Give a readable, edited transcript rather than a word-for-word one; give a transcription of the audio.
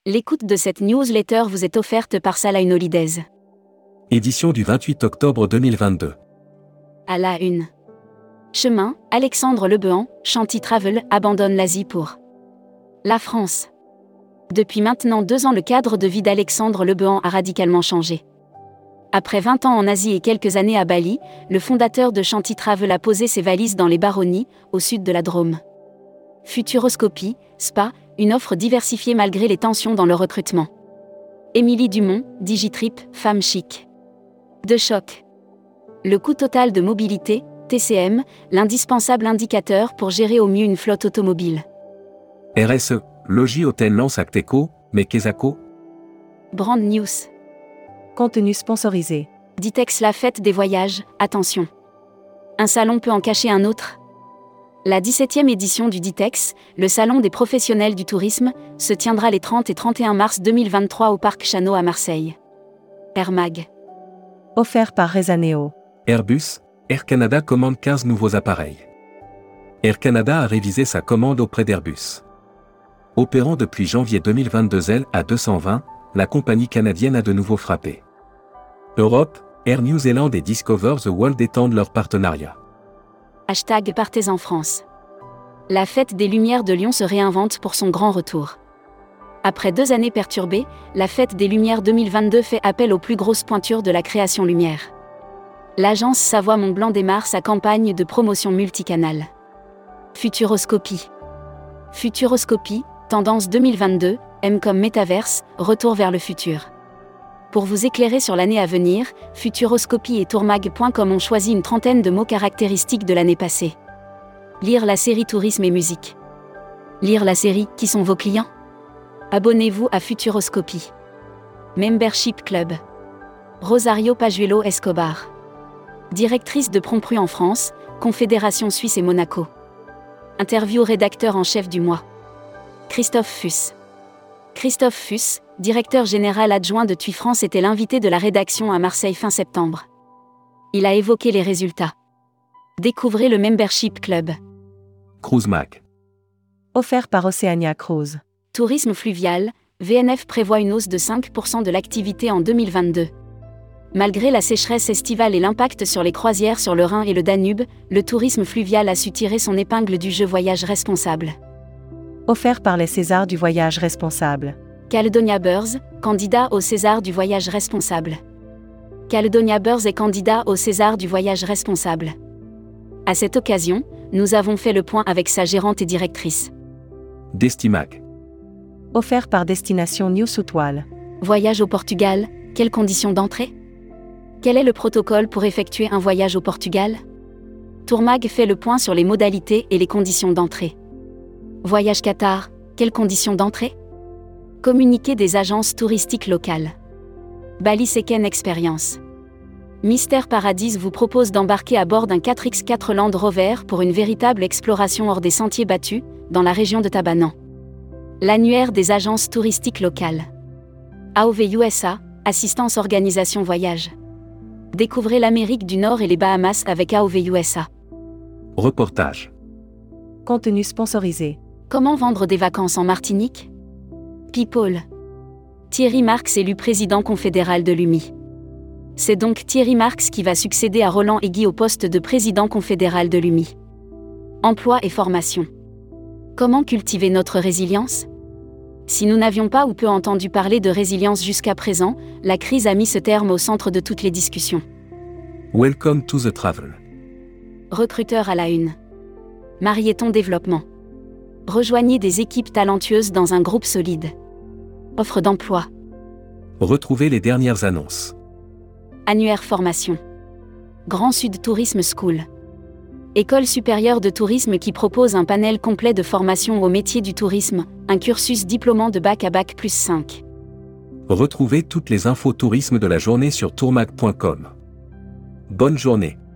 L'écoute de cette newsletter vous est offerte par Salah Holidays. Édition du 28 octobre 2022. À la une. Chemin, Alexandre Lebehan, Chanty Travel, abandonne l'Asie pour la France. Depuis maintenant 2 ans, le cadre de vie d'Alexandre Lebehan a radicalement changé. Après 20 ans en Asie et quelques années à Bali, le fondateur de Chanty Travel a posé ses valises dans les Baronnies, au sud de la Drôme. Futuroscopie, spa, une offre diversifiée malgré les tensions dans le recrutement. Émilie Dumont, Digitrip, femme chic. De choc. Le coût total de mobilité, TCM, l'indispensable indicateur pour gérer au mieux une flotte automobile. RSE, Logis Hôtel lance Acteco, mais Kesako. Brand News. Contenu sponsorisé. Ditex, la fête des voyages, attention. Un salon peut en cacher un autre. La 17e édition du Ditex, le salon des professionnels du tourisme, se tiendra les 30 et 31 mars 2023 au Parc Chano à Marseille. Air Mag. Offert par Rezaneo. Airbus, Air Canada commande 15 nouveaux appareils. Air Canada a révisé sa commande auprès d'Airbus. Opérant depuis janvier 2022 A220, la compagnie canadienne a de nouveau frappé. Europe, Air New Zealand et Discover the World étendent leur partenariat. Hashtag Partez en France. La fête des Lumières de Lyon se réinvente pour son grand retour. Après 2 années perturbées, la fête des Lumières 2022 fait appel aux plus grosses pointures de la création lumière. L'agence Savoie Mont-Blanc démarre sa campagne de promotion multicanale. Futuroscopie. Futuroscopie, tendance 2022, M comme métaverse, retour vers le futur. Pour vous éclairer sur l'année à venir, Futuroscopie et Tourmag.com ont choisi une 30aine de mots caractéristiques de l'année passée. Lire la série Tourisme et musique. Lire la série Qui sont vos clients ? Abonnez-vous à Futuroscopie. Membership Club. Rosario Pajuelo Escobar. Directrice de Prompru en France, Confédération Suisse et Monaco. Interview rédacteur en chef du mois. Christophe Fuss. Christophe Fuss, directeur général adjoint de TUI France, était l'invité de la rédaction à Marseille fin septembre. Il a évoqué les résultats. Découvrez le Membership Club. CruiseMac. Offert par Oceania Cruise. Tourisme fluvial, VNF prévoit une hausse de 5% de l'activité en 2022. Malgré la sécheresse estivale et l'impact sur les croisières sur le Rhin et le Danube, le tourisme fluvial a su tirer son épingle du jeu Voyage responsable. Offert par les Césars du voyage responsable. Caledonia Birds, candidat au César du voyage responsable. Caledonia Birds est candidat au César du voyage responsable. À cette occasion, nous avons fait le point avec sa gérante et directrice. Destimac. Offert par Destination New South Wales. Voyage au Portugal, quelles conditions d'entrée ? Quel est le protocole pour effectuer un voyage au Portugal ? Tourmag fait le point sur les modalités et les conditions d'entrée. Voyage Qatar, quelles conditions d'entrée ? Communiqué des agences touristiques locales. Bali Second Experience. Mystère Paradise vous propose d'embarquer à bord d'un 4x4 Land Rover pour une véritable exploration hors des sentiers battus, dans la région de Tabanan. L'annuaire des agences touristiques locales. AOV USA, assistance organisation voyage. Découvrez l'Amérique du Nord et les Bahamas avec AOV USA. Reportage. Contenu sponsorisé. Comment vendre des vacances en Martinique ? People. Thierry Marx élu président confédéral de l'UMI. C'est donc Thierry Marx qui va succéder à Roland Aiguy au poste de président confédéral de l'UMI. Emploi et formation. Comment cultiver notre résilience ? Si nous n'avions pas ou peu entendu parler de résilience jusqu'à présent, la crise a mis ce terme au centre de toutes les discussions. Welcome to the travel. Recruteur à la une. Marieton Développement. Rejoignez des équipes talentueuses dans un groupe solide. Offre d'emploi. Retrouvez les dernières annonces. Annuaire formation. Grand Sud Tourisme School. École supérieure de tourisme qui propose un panel complet de formation au métier du tourisme, un cursus diplômant de bac à bac+5. Retrouvez toutes les infos tourisme de la journée sur tourmag.com. Bonne journée.